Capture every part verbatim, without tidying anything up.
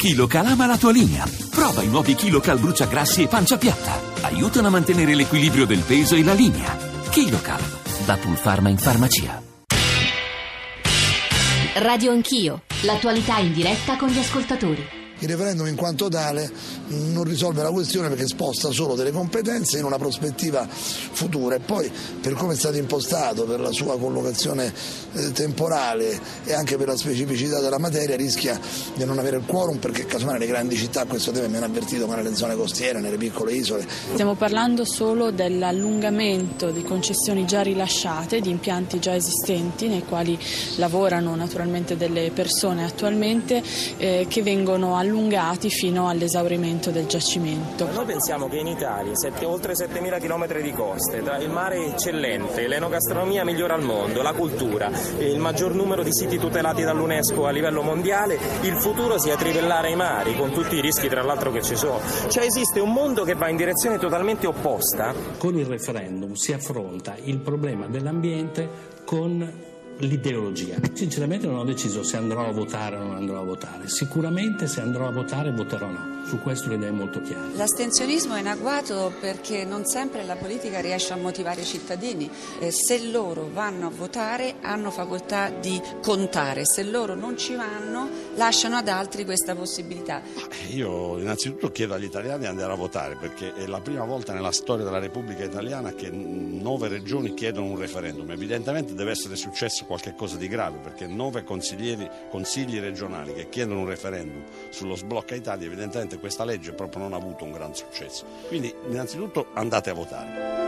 KiloCal ama la tua linea. Prova i nuovi KiloCal bruciagrassi e pancia piatta. Aiutano a mantenere l'equilibrio del peso e la linea. KiloCal, da Pulpharma in farmacia. Radio Anch'io, l'attualità in diretta con gli ascoltatori. Il referendum in quanto tale non risolve la questione perché sposta solo delle competenze in una prospettiva futura, e poi per come è stato impostato, per la sua collocazione eh, temporale e anche per la specificità della materia, rischia di non avere il quorum, perché casomai nelle grandi città questo tema è meno avvertito, ma nelle zone costiere, nelle piccole isole. Stiamo parlando solo dell'allungamento di concessioni già rilasciate, di impianti già esistenti nei quali lavorano naturalmente delle persone attualmente eh, che vengono allungati allungati fino all'esaurimento del giacimento. Noi pensiamo che in Italia, sette, oltre settemila chilometri di coste, tra il mare eccellente, l'enogastronomia migliore al mondo, la cultura, il maggior numero di siti tutelati dall'UNESCO a livello mondiale, il futuro sia trivellare ai mari, con tutti i rischi tra l'altro che ci sono. Cioè esiste un mondo che va in direzione totalmente opposta. Con il referendum si affronta il problema dell'ambiente con l'ideologia. Sinceramente non ho deciso se andrò a votare o non andrò a votare. Sicuramente se andrò a votare voterò no. Su questo l'idea è molto chiara. L'astensionismo è in agguato perché non sempre la politica riesce a motivare i cittadini. Eh, se loro vanno a votare hanno facoltà di contare, se loro non ci vanno lasciano ad altri questa possibilità. Io innanzitutto chiedo agli italiani di andare a votare, perché è la prima volta nella storia della Repubblica Italiana che nove regioni chiedono un referendum. Evidentemente deve essere successo qualche cosa di grave, perché nove consiglieri, consigli regionali che chiedono un referendum sullo sblocca Italia, evidentemente questa legge proprio non ha avuto un gran successo. Quindi innanzitutto andate a votare.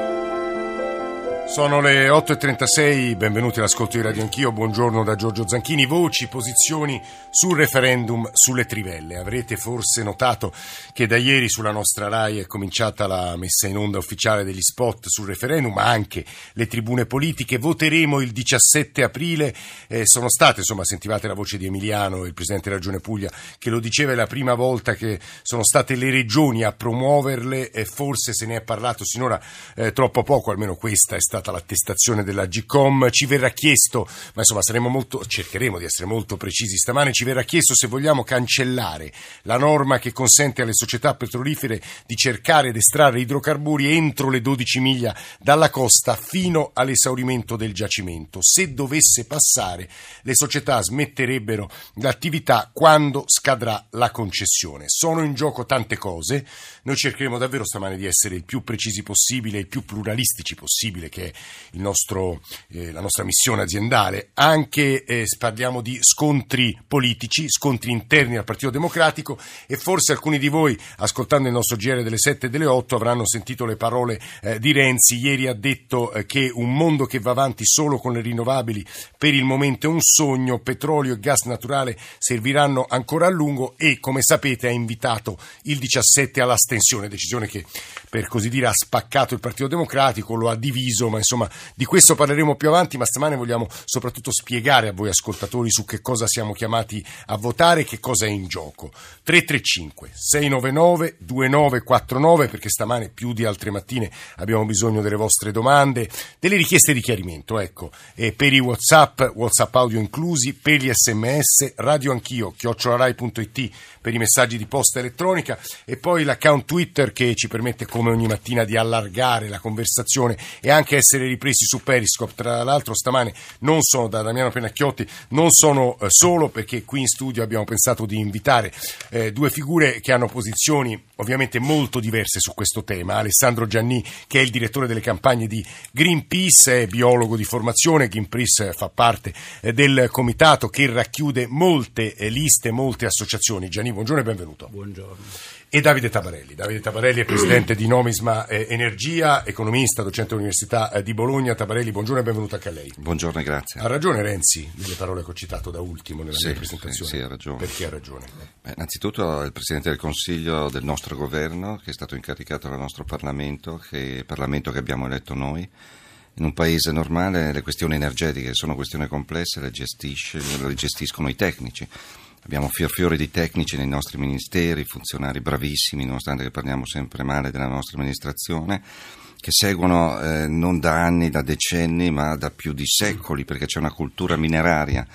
Sono le otto e trentasei, benvenuti all'ascolto di Radio Anch'io, buongiorno da Giorgio Zanchini. Voci, posizioni sul referendum sulle trivelle. Avrete forse notato che da ieri sulla nostra Rai è cominciata la messa in onda ufficiale degli spot sul referendum, ma anche le tribune politiche. Voteremo il diciassette aprile, eh, sono state, insomma, sentivate la voce di Emiliano, il Presidente della Regione Puglia, che lo diceva, è la prima volta che sono state le regioni a promuoverle, e forse se ne è parlato sinora eh, troppo poco, almeno questa è stata l'attestazione della Gcom. Ci verrà chiesto, ma insomma saremo molto, cercheremo di essere molto precisi stamane, ci verrà chiesto se vogliamo cancellare la norma che consente alle società petrolifere di cercare ed estrarre idrocarburi entro le dodici miglia dalla costa fino all'esaurimento del giacimento. Se dovesse passare, le società smetterebbero l'attività quando scadrà la concessione. Sono in gioco tante cose, noi cercheremo davvero stamane di essere il più precisi possibile, il più pluralistici possibile, che è il nostro, eh, la nostra missione aziendale. Anche eh, parliamo di scontri politici, scontri interni al Partito Democratico, e forse alcuni di voi, ascoltando il nostro G R delle sette e delle otto, avranno sentito le parole eh, di Renzi. Ieri ha detto eh, che un mondo che va avanti solo con le rinnovabili per il momento è un sogno, petrolio e gas naturale serviranno ancora a lungo, e come sapete ha invitato il diciassette all'astensione, decisione che per così dire ha spaccato il Partito Democratico, lo ha diviso, ma insomma di questo parleremo più avanti. Ma stamane vogliamo soprattutto spiegare a voi ascoltatori su che cosa siamo chiamati a votare, che cosa è in gioco. tre tre cinque sei nove nove due nove quattro nove, perché stamane più di altre mattine abbiamo bisogno delle vostre domande, delle richieste di chiarimento, ecco, e per i WhatsApp, WhatsApp audio inclusi, per gli sms, Radio Anch'io chiocciola rai punto it per i messaggi di posta elettronica, e poi l'account Twitter che ci permette come ogni mattina di allargare la conversazione e anche essere ripresi su Periscope. Tra l'altro stamane non sono da Damiano Pennacchiotti, non sono eh, solo, perché qui in studio abbiamo pensato di invitare eh, due figure che hanno posizioni ovviamente molto diverse su questo tema. Alessandro Gianni, che è il direttore delle campagne di Greenpeace, è biologo di formazione. Greenpeace fa parte eh, del comitato che racchiude molte eh, liste, molte associazioni. Gianni, buongiorno e benvenuto. Buongiorno. E Davide Tabarelli. Davide Tabarelli è presidente di Nomisma eh, Energia, economista, docente all'Università eh, di Bologna. Tabarelli, buongiorno e benvenuto anche a lei. Buongiorno e grazie. Ha ragione Renzi nelle parole che ho citato da ultimo nella sì, mia presentazione? Sì, sì, ha ragione. Perché ha ragione? Beh, innanzitutto è il Presidente del Consiglio del nostro governo, che è stato incaricato dal nostro Parlamento, che è il Parlamento che abbiamo eletto noi. In un paese normale le questioni energetiche sono questioni complesse, le, gestisce, le gestiscono i tecnici. Abbiamo fior fiori di tecnici nei nostri ministeri, funzionari bravissimi, nonostante che parliamo sempre male della nostra amministrazione, che seguono eh, non da anni, da decenni, ma da più di secoli, perché c'è una cultura mineraria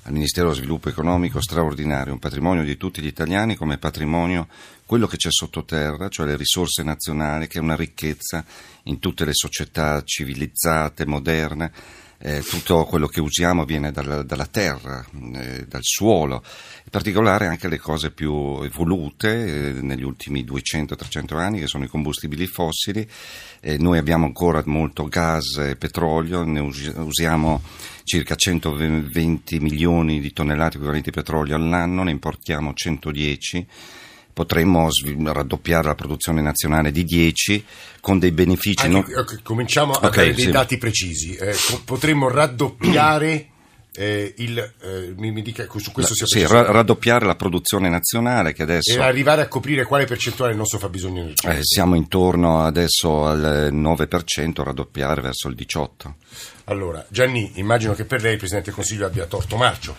al Ministero dello Sviluppo Economico straordinario, un patrimonio di tutti gli italiani come patrimonio quello che c'è sottoterra, cioè le risorse nazionali, che è una ricchezza in tutte le società civilizzate, moderne. Eh, tutto quello che usiamo viene dalla, dalla terra, eh, dal suolo, in particolare anche le cose più evolute eh, negli ultimi duecento trecento anni, che sono i combustibili fossili. Eh, noi abbiamo ancora molto gas e petrolio, ne us- usiamo circa centoventi milioni di tonnellate equivalenti di petrolio all'anno, ne importiamo centodieci. Potremmo raddoppiare la produzione nazionale di dieci con dei benefici. Anche, non... okay, cominciamo a okay, dare dei sì. dati precisi. Eh, potremmo raddoppiare eh, il. Eh, mi, mi dica su questo la, sia sì, ra- raddoppiare la produzione nazionale che adesso. E arrivare a coprire quale percentuale del nostro fabbisogno energetico? Eh, siamo intorno adesso al nove per cento, raddoppiare verso il diciotto per cento. Allora, Gianni, immagino che per lei il Presidente del Consiglio abbia torto marcio.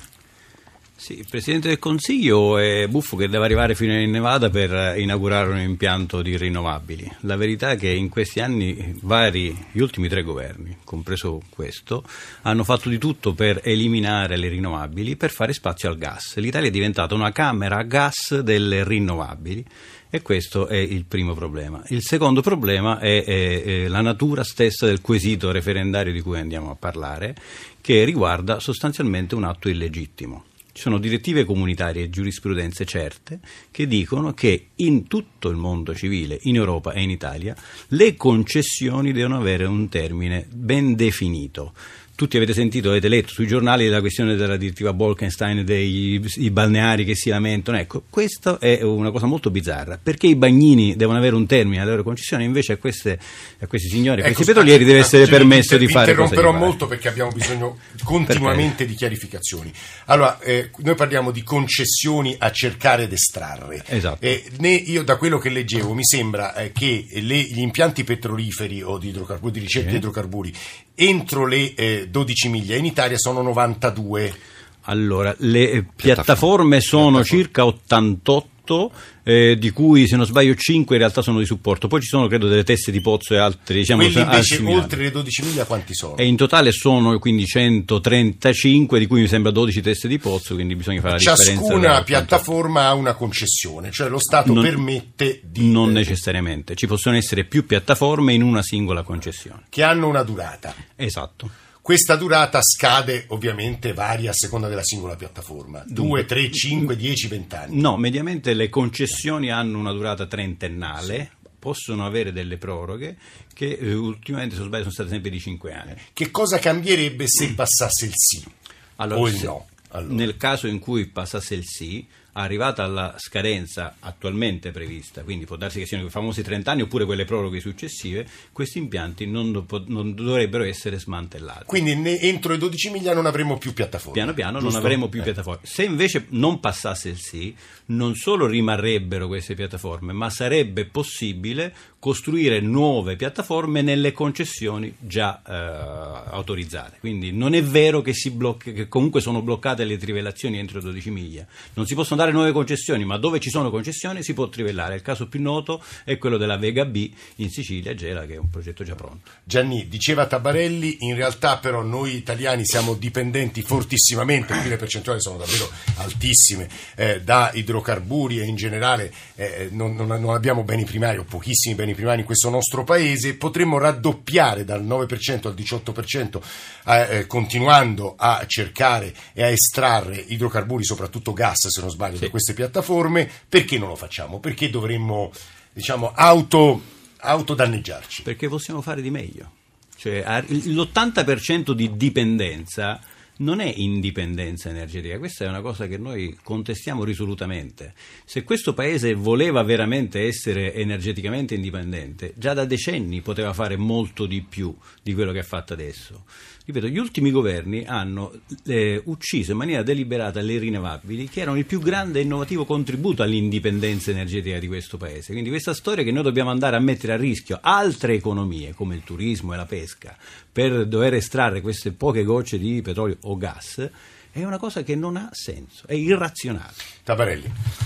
Sì, il Presidente del Consiglio è buffo che deve arrivare fino in Nevada per inaugurare un impianto di rinnovabili. La verità è che in questi anni vari, gli ultimi tre governi, compreso questo, hanno fatto di tutto per eliminare le rinnovabili, per fare spazio al gas. L'Italia è diventata una camera a gas delle rinnovabili. E questo è il primo problema. Il secondo problema è, è, è la natura stessa del quesito referendario di cui andiamo a parlare, che riguarda sostanzialmente un atto illegittimo. Ci sono direttive comunitarie e giurisprudenze certe che dicono che in tutto il mondo civile, in Europa e in Italia, le concessioni devono avere un termine ben definito. Tutti avete sentito, avete letto sui giornali della questione della direttiva Bolkestein dei i balneari che si lamentano. Ecco, questa è una cosa molto bizzarra, perché i bagnini devono avere un termine alle loro concessioni, invece a, queste, a questi signori, a ecco, questi petrolieri deve essere permesso di fare cose. Interromperò molto perché abbiamo bisogno continuamente di chiarificazioni. Allora, eh, noi parliamo di concessioni a cercare ed estrarre. Esatto. Eh, né io da quello che leggevo mi sembra eh, che le, gli impianti petroliferi o di, idrocarburi, di ricerca di idrocarburi entro le eh, dodici miglia in Italia sono novantadue. Allora, le eh, piattaforme sono piattaforme. circa ottantotto, eh, di cui se non sbaglio cinque in realtà sono di supporto, poi ci sono credo delle teste di pozzo e altre, diciamo, quelli invece oltre le dodici miglia quanti sono? E in totale sono quindi centotrentacinque, di cui mi sembra dodici teste di pozzo, quindi bisogna fare la differenza. Ciascuna piattaforma ha una concessione, cioè lo Stato non, permette di... Non eh, necessariamente, ci possono essere più piattaforme in una singola concessione. Che hanno una durata. Esatto. Questa durata scade, ovviamente varia a seconda della singola piattaforma, due, tre, cinque, dieci, venti anni. No, mediamente le concessioni hanno una durata trentennale, sì. Possono avere delle proroghe che eh, ultimamente, se non sbaglio, sono state sempre di cinque anni. Che cosa cambierebbe se passasse il sì allora, o il se, no? Allora. Nel caso in cui passasse il sì, arrivata alla scadenza attualmente prevista, quindi può darsi che siano i famosi trenta anni oppure quelle proroghe successive, questi impianti non, do, non dovrebbero essere smantellati. Quindi ne, entro i dodici miglia non avremo più piattaforme. Piano piano giusto? Non avremo più eh. piattaforme. Se invece non passasse il sì, non solo rimarrebbero queste piattaforme, ma sarebbe possibile costruire nuove piattaforme nelle concessioni già eh, autorizzate. Quindi non è vero che, si blocca, che comunque sono bloccate le trivellazioni entro dodici miglia. Non si possono dare nuove concessioni, ma dove ci sono concessioni si può trivellare. Il caso più noto è quello della Vega B in Sicilia, Gela, che è un progetto già pronto. Gianni, diceva Tabarelli, in realtà però noi italiani siamo dipendenti fortissimamente, qui le percentuali sono davvero altissime, eh, da idrocarburi e in generale eh, non, non, non abbiamo beni primari o pochissimi beni primari in questo nostro paese. Potremmo raddoppiare dal nove per cento al diciotto per cento eh, continuando a cercare e a estrarre idrocarburi, soprattutto gas se non sbaglio, sì. da queste piattaforme. Perché non lo facciamo? Perché dovremmo, diciamo, auto, autodanneggiarci? Perché possiamo fare di meglio. Cioè, l'ottanta per cento di dipendenza non è indipendenza energetica, questa è una cosa che noi contestiamo risolutamente. Se questo paese voleva veramente essere energeticamente indipendente, già da decenni poteva fare molto di più di quello che ha fatto adesso. Ripeto, gli ultimi governi hanno eh, ucciso in maniera deliberata le rinnovabili, che erano il più grande e innovativo contributo all'indipendenza energetica di questo paese. Quindi questa storia che noi dobbiamo andare a mettere a rischio altre economie come il turismo e la pesca per dover estrarre queste poche gocce di petrolio o gas è una cosa che non ha senso, è irrazionale. Tabarelli.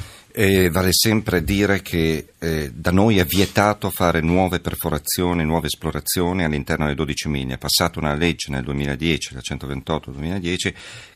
Eh, vale sempre dire che eh, da noi è vietato fare nuove perforazioni, nuove esplorazioni all'interno delle dodici miglia. È passata una legge nel duemiladieci, la centoventotto duemiladieci,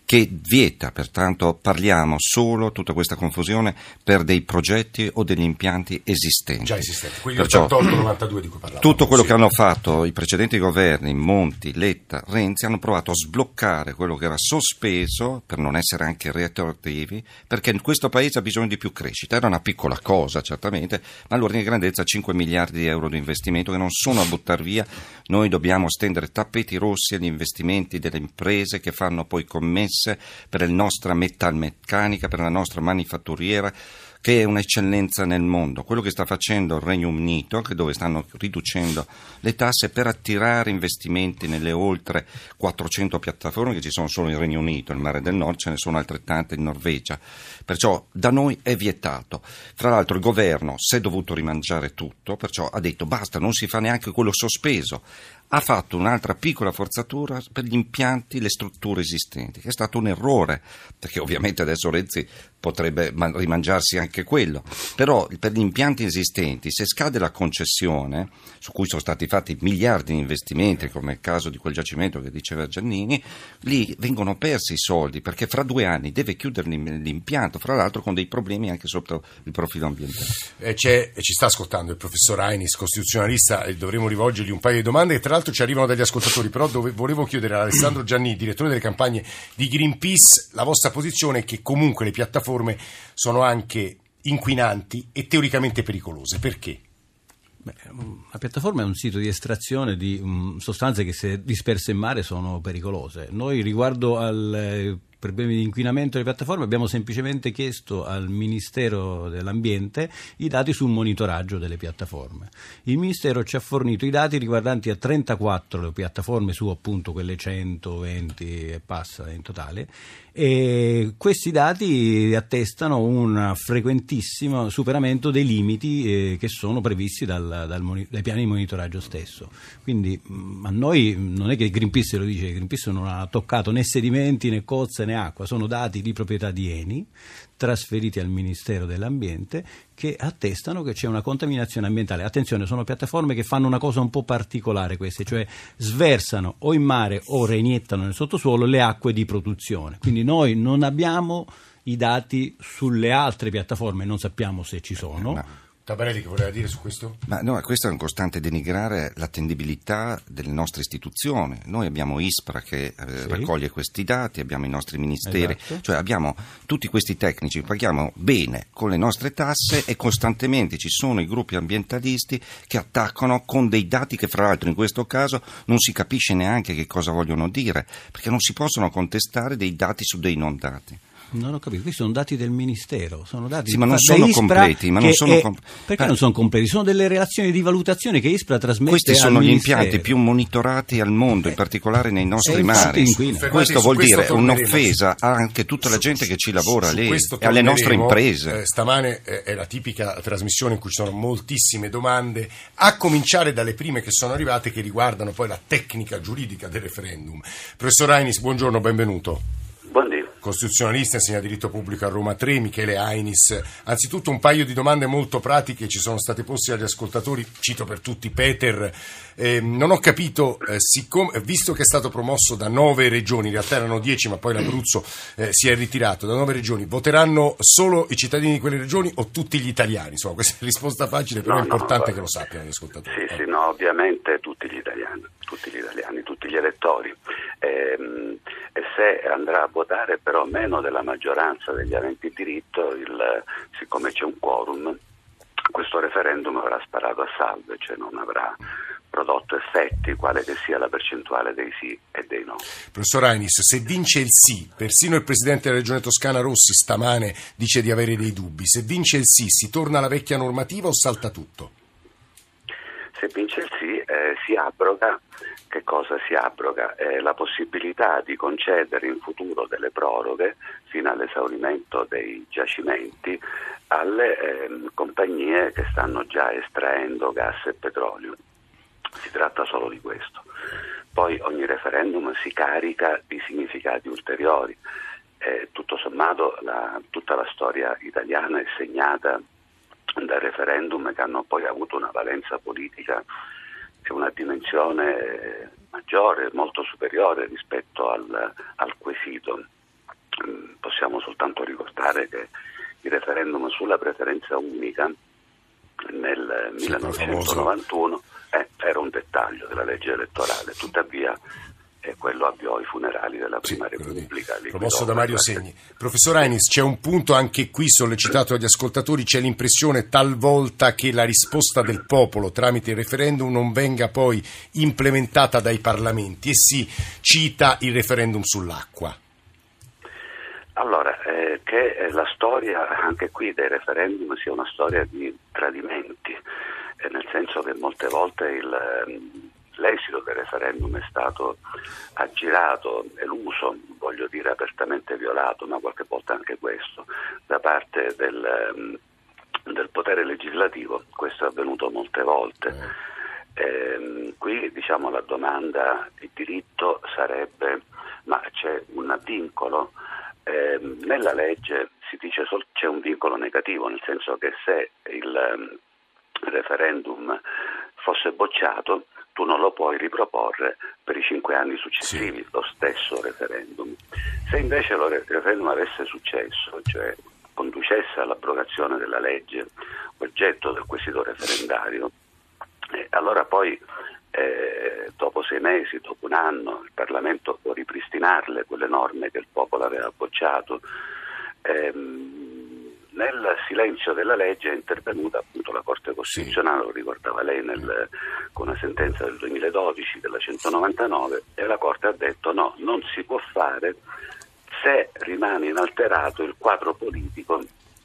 che vieta, pertanto parliamo solo tutta questa confusione per dei progetti o degli impianti esistenti. Già esistenti, quindi Perciò, ottantotto novantadue di cui parlavamo. Tutto quello sì. che hanno fatto i precedenti governi, Monti, Letta, Renzi, hanno provato a sbloccare quello che era sospeso per non essere anche retroattivi, perché in questo paese ha bisogno di più crescita. Era una piccola cosa, certamente, ma all'ordine di grandezza cinque miliardi di euro di investimento che non sono a buttare via. Noi dobbiamo stendere tappeti rossi agli investimenti delle imprese che fanno poi commesse per la nostra metalmeccanica, per la nostra manifatturiera, che è un'eccellenza nel mondo. Quello che sta facendo il Regno Unito, che dove stanno riducendo le tasse per attirare investimenti nelle oltre quattrocento piattaforme che ci sono solo in Regno Unito, nel Mare del Nord ce ne sono altrettante in Norvegia. Perciò da noi è vietato. Fra l'altro il governo si è dovuto rimangiare tutto, perciò ha detto basta, non si fa neanche quello sospeso. Ha fatto un'altra piccola forzatura per gli impianti, le strutture esistenti, che è stato un errore, perché ovviamente adesso Renzi potrebbe rimangiarsi anche quello, però per gli impianti esistenti, se scade la concessione, su cui sono stati fatti miliardi di investimenti, come il caso di quel giacimento che diceva Giannini, lì vengono persi i soldi, perché fra due anni deve chiudere l'impianto, fra l'altro con dei problemi anche sotto il profilo ambientale. Eh, c'è, ci sta ascoltando il professor Ainis, costituzionalista, e dovremo rivolgergli un paio di domande che tra l'altro ci arrivano dagli ascoltatori, però dove, volevo chiedere a Alessandro Giannini, direttore delle campagne di Greenpeace, la vostra posizione è che comunque le piattaforme sono anche inquinanti e teoricamente pericolose. Perché? Beh, la piattaforma è un sito di estrazione di um, sostanze che se disperse in mare sono pericolose. Noi riguardo al eh, problemi di inquinamento delle piattaforme abbiamo semplicemente chiesto al Ministero dell'Ambiente i dati sul monitoraggio delle piattaforme. Il Ministero ci ha fornito i dati riguardanti a trentaquattro piattaforme su appunto quelle centoventi e passa in totale, e questi dati attestano un frequentissimo superamento dei limiti eh, che sono previsti dal, dal, dai piani di monitoraggio stesso. Quindi mh, a noi non è che Greenpeace lo dice, Greenpeace non ha toccato né sedimenti né cozze né acqua, sono dati di proprietà di Eni trasferiti al Ministero dell'Ambiente che attestano che c'è una contaminazione ambientale. Attenzione, sono piattaforme che fanno una cosa un po' particolare queste, cioè sversano o in mare o reiniettano nel sottosuolo le acque di produzione. Quindi noi non abbiamo i dati sulle altre piattaforme, non sappiamo se ci sono. No. Tabarelli, che voleva dire su questo? Ma no, questo è un costante denigrare l'attendibilità delle nostre istituzioni. Noi abbiamo ISPRA che eh, sì. raccoglie questi dati, abbiamo i nostri ministeri, esatto. Cioè abbiamo tutti questi tecnici, paghiamo bene con le nostre tasse e costantemente ci sono i gruppi ambientalisti che attaccano con dei dati che fra l'altro in questo caso non si capisce neanche che cosa vogliono dire, perché non si possono contestare dei dati su dei non dati. Non ho capito, questi sono dati del Ministero, sono dati sì, ma non sono completi, ma non sono è, comp- perché non sono completi? Sono delle relazioni di valutazione che ISPRA trasmette Questi al sono gli Ministero. impianti più monitorati al mondo, in particolare nei nostri mari. Questo questo vuol dire un'offesa a anche tutta la gente che ci lavora lì e alle nostre imprese. Eh, stamane eh, è la tipica trasmissione in cui ci sono moltissime domande, a cominciare dalle prime che sono arrivate, che riguardano poi la tecnica giuridica del referendum. Professor Ainis, buongiorno, benvenuto. Buongiorno. Costituzionalista, insegna diritto pubblico a Roma tre, Michele Ainis. Anzitutto un paio di domande molto pratiche ci sono state poste agli ascoltatori, cito per tutti Peter. Eh, non ho capito, eh, siccome, visto che è stato promosso da nove regioni, in realtà erano dieci ma poi l'Abruzzo eh, si è ritirato, da nove regioni, voteranno solo i cittadini di quelle regioni o tutti gli italiani? Insomma, questa è una risposta facile, però no, è importante no, che lo sappiano gli ascoltatori. Sì, eh. sì, no, ovviamente tutti gli italiani, tutti gli italiani, tutti gli elettori. Ehm, e se andrà a votare però meno della maggioranza degli aventi diritto, il, siccome c'è un quorum, questo referendum avrà sparato a salve, cioè non avrà prodotto effetti, quale che sia la percentuale dei sì e dei no. Professor Ainis, se vince il sì, persino il Presidente della Regione Toscana Rossi stamane dice di avere dei dubbi, se vince il sì si torna alla vecchia normativa o salta tutto? Se vince il sì eh, si abroga. Che cosa si abroga? Eh, la possibilità di concedere in futuro delle proroghe fino all'esaurimento dei giacimenti alle eh, compagnie che stanno già estraendo gas e petrolio. Si tratta solo di questo. Poi ogni referendum si carica di significati ulteriori. Eh, tutto sommato la, tutta la storia italiana è segnata da referendum che hanno poi avuto una valenza politica e una dimensione maggiore, molto superiore rispetto al, al quesito possiamo soltanto ricordare che il referendum sulla preferenza unica nel sì, millenovecentonovantuno eh, era un dettaglio della legge elettorale, tuttavia eh, quello avviò i funerali della Prima sì, Repubblica. Promosso da Mario Segni. Professor Ainis, c'è un punto anche qui sollecitato dagli ascoltatori, c'è l'impressione talvolta che la risposta del popolo tramite il referendum non venga poi implementata dai parlamenti e si cita il referendum sull'acqua. Allora, eh, che la storia anche qui dei referendum sia una storia di tradimenti, eh, nel senso che molte volte il, l'esito del referendum è stato aggirato, eluso, voglio dire apertamente violato, ma qualche volta anche questo, da parte del, del potere legislativo. Questo è avvenuto molte volte. Eh, qui diciamo la domanda di diritto sarebbe: ma c'è un vincolo? Eh, nella legge si dice sol- c'è un vincolo negativo, nel senso che se il um, referendum fosse bocciato tu non lo puoi riproporre per i cinque anni successivi, sì. Lo stesso referendum. Se invece lo re- referendum avesse successo, cioè conducesse all'abrogazione della legge oggetto del quesito referendario, eh, allora poi Eh, dopo sei mesi, dopo un anno, il Parlamento può ripristinarle quelle norme che il popolo aveva bocciato. Eh, nel silenzio della legge è intervenuta appunto la Corte Costituzionale, lo ricordava lei, nel, con una sentenza del duemiladodici della centonovantanove, e la Corte ha detto no, non si può fare se rimane inalterato il quadro politico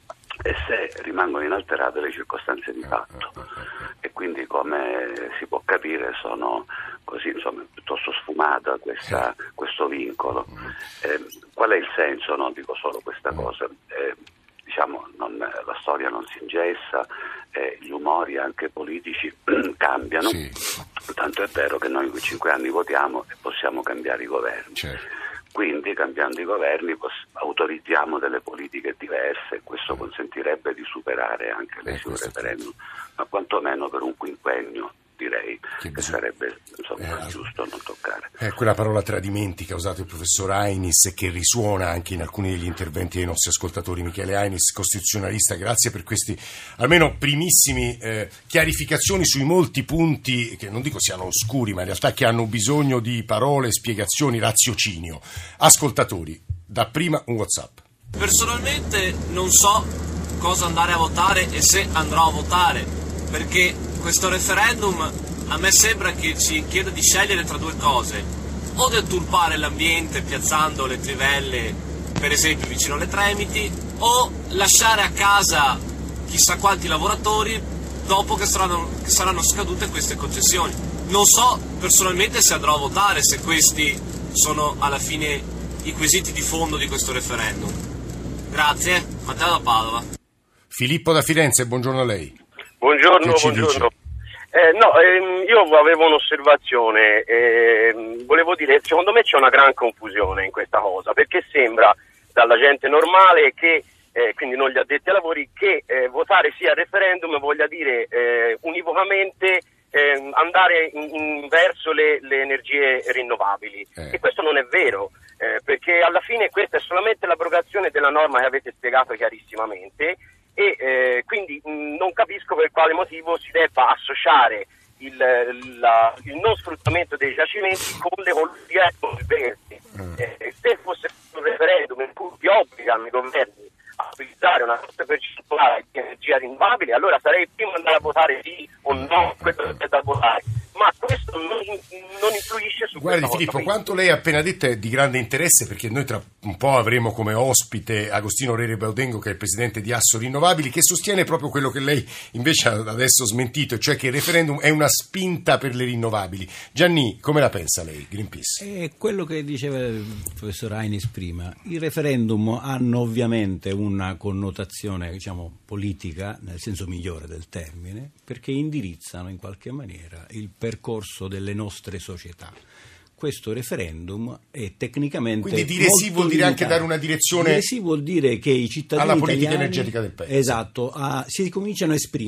e se rimangono inalterate le circostanze di fatto. E quindi, come si può capire, sono così, insomma, piuttosto sfumata questa, questo vincolo. Eh, qual è il senso? No? Dico solo questa cosa. Eh, diciamo, non, la storia non si ingessa, eh, gli umori anche politici cambiano, sì. Tanto è vero che noi in cinque anni votiamo e possiamo cambiare i governi. Certo. Quindi, cambiando i governi, autorizziamo delle politiche diverse, questo consentirebbe di superare anche l'esito del referendum, ma quantomeno per un quinquennio direi che, che sarebbe insomma, eh, giusto non toccare. È quella parola tradimenti che ha usato il professor Ainis e che risuona anche in alcuni degli interventi dei nostri ascoltatori. Michele Ainis, costituzionalista, grazie per questi almeno primissimi eh, chiarificazioni sui molti punti che non dico siano oscuri, ma in realtà che hanno bisogno di parole, spiegazioni, raziocinio. Ascoltatori, dapprima un WhatsApp. Personalmente non so cosa andare a votare e se andrò a votare, perché questo referendum a me sembra che ci chieda di scegliere tra due cose: o deturpare l'ambiente piazzando le trivelle, per esempio vicino alle Tremiti, o lasciare a casa chissà quanti lavoratori dopo che saranno, che saranno scadute queste concessioni. Non so personalmente se andrò a votare, se questi sono alla fine i quesiti di fondo di questo referendum. Grazie, Matteo da Padova. Filippo da Firenze, buongiorno a lei. Buongiorno, buongiorno. Eh, no, ehm, io avevo un'osservazione, ehm, volevo dire, secondo me c'è una gran confusione in questa cosa, perché sembra dalla gente normale che, eh, quindi non gli addetti ai lavori, che eh, votare sia al referendum voglia dire eh, univocamente eh, andare in, in verso le, le energie rinnovabili, eh. E questo non è vero, eh, perché alla fine questa è solamente l'abrogazione della norma che avete spiegato chiarissimamente. E eh, quindi mh, non capisco per quale motivo si debba associare il, la, il non sfruttamento dei giacimenti con l'ecologia verdi. Mm. Eh, se fosse un referendum in cui ti obbligano i governi a utilizzare una certa percentuale di energia rinnovabile, allora sarei il primo ad andare a votare sì o no, quello che è da votare. Ma questo non, non influisce su Guardi questa Filippo, cosa. quanto lei ha appena detto è di grande interesse, perché noi tra un po' avremo come ospite Agostino Rere Baudengo, che è il presidente di Asso Rinnovabili, che sostiene proprio quello che lei invece ha adesso smentito, cioè che il referendum è una spinta per le rinnovabili. Gianni, come la pensa lei, Greenpeace? È quello che diceva il professor Ainis prima. I referendum hanno ovviamente una connotazione, diciamo, politica, nel senso migliore del termine, perché indirizzano in qualche maniera il percorso delle nostre società. Questo referendum è tecnicamente quindi dire sì vuol dire anche dare una direzione. Dire sì vuol dire che i cittadini alla politica italiani, energetica del paese. Esatto, a, si cominciano a esprimere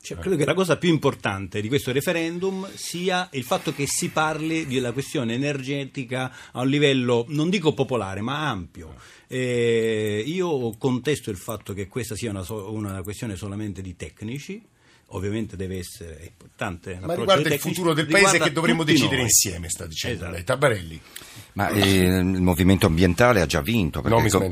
Cioè, credo che la cosa più importante di questo referendum sia il fatto che si parli della questione energetica a un livello, non dico popolare, ma ampio. Eh, io contesto il fatto che questa sia una, so- una questione solamente di tecnici. Ovviamente deve essere importante. Ma riguarda il futuro del paese che dovremmo decidere noi. insieme, sta dicendo esatto. lei. Tabarelli. Ma eh, il movimento ambientale ha già vinto. Perché, co-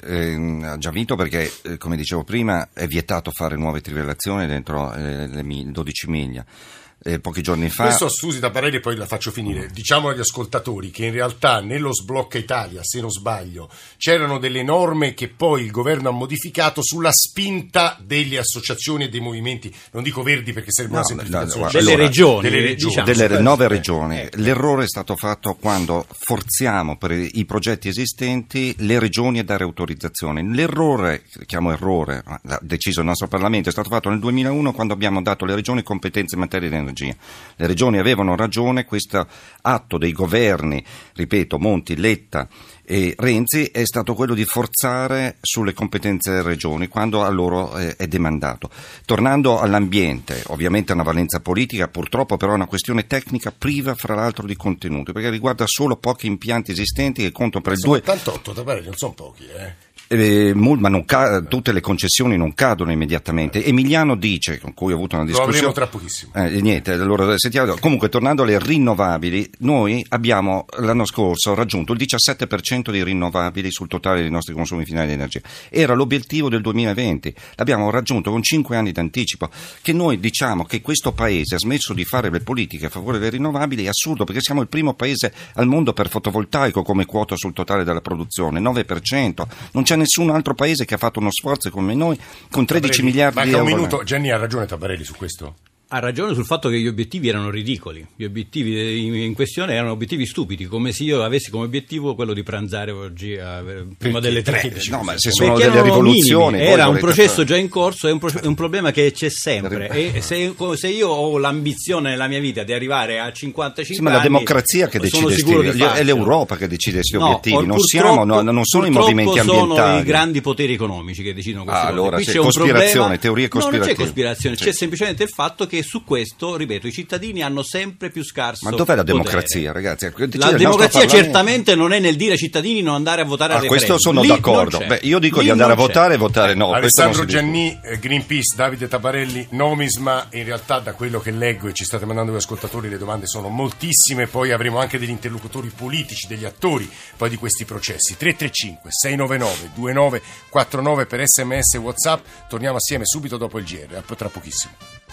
eh, ha già vinto perché, eh, come dicevo prima, è vietato fare nuove trivellazioni dentro eh, le mil- dodici miglia. Eh, pochi giorni fa. Questo, scusi Tabarelli, poi la faccio finire. Diciamo agli ascoltatori che in realtà nello Sblocca Italia, se non sbaglio, c'erano delle norme che poi il governo ha modificato sulla spinta delle associazioni e dei movimenti, non dico verdi perché sarebbe una no, semplificazione, no, delle, allora, regioni, delle regioni, diciamo, delle eh, nove eh, regioni. Eh, L'errore è stato fatto quando forziamo per i progetti esistenti le regioni a dare autorizzazione. L'errore, chiamo errore, l'ha deciso il nostro Parlamento, è stato fatto nel duemilauno quando abbiamo dato alle regioni competenze in materia di energia. Le regioni avevano ragione, questo atto dei governi, ripeto, Monti, Letta e Renzi, è stato quello di forzare sulle competenze delle regioni quando a loro eh, è demandato. Tornando all'ambiente, ovviamente è una valenza politica, purtroppo però è una questione tecnica priva fra l'altro di contenuti, perché riguarda solo pochi impianti esistenti che contano per il due... ottantotto, Tabarelli, non sono pochi, eh? Eh, ma non ca- tutte le concessioni non cadono immediatamente. Emiliano dice, con cui ho avuto una discussione, lo avremo tra pochissimo. Eh, niente, allora sentiamo. Comunque, tornando alle rinnovabili, noi abbiamo l'anno scorso raggiunto il diciassette per cento di rinnovabili sul totale dei nostri consumi finali di energia. Era l'obiettivo del duemilaventi, l'abbiamo raggiunto con cinque anni d'anticipo. Che noi diciamo che questo paese ha smesso di fare le politiche a favore delle rinnovabili è assurdo, perché siamo il primo paese al mondo per fotovoltaico come quota sul totale della produzione, nove per cento. Non c'è nessun altro paese che ha fatto uno sforzo come noi con tredici Tabarelli, miliardi di euro. Manca un minuto, Gianni ha ragione Tabarelli su questo? Ha ragione sul fatto che gli obiettivi erano ridicoli, gli obiettivi in questione erano obiettivi stupidi, come se io avessi come obiettivo quello di pranzare oggi a, prima perché? delle tre. No, ma se sono perché delle rivoluzioni... Minimi, era un processo fare. già in corso, è un, pro- è un problema che c'è sempre, e se, se io ho l'ambizione nella mia vita di arrivare a cinquantacinque sì, ma anni... la democrazia che decide, di è l'Europa che decide questi no, obiettivi, non, siamo, no, non sono i movimenti ambientali. Sono i grandi poteri economici che decidono queste ah, cose. Allora, Qui c'è c'è cospirazione, un problema... teorie cospirative. No, non c'è cospirazione, sì. C'è semplicemente il fatto che su questo, ripeto, i cittadini hanno sempre più scarso Ma dov'è la potere. democrazia, ragazzi? La democrazia certamente non è nel dire ai cittadini non andare a votare ah, al referendum. Questo sono Lì d'accordo. Beh, io dico Lì di andare a votare e votare no. Alessandro Gianni, Greenpeace, Davide Tabarelli, Nomisma. In realtà da quello che leggo e ci state mandando gli ascoltatori le domande sono moltissime, poi avremo anche degli interlocutori politici, degli attori poi di questi processi. tre tre cinque sei nove nove due nove quattro nove per sms e WhatsApp. Torniamo assieme subito dopo il G R, tra pochissimo.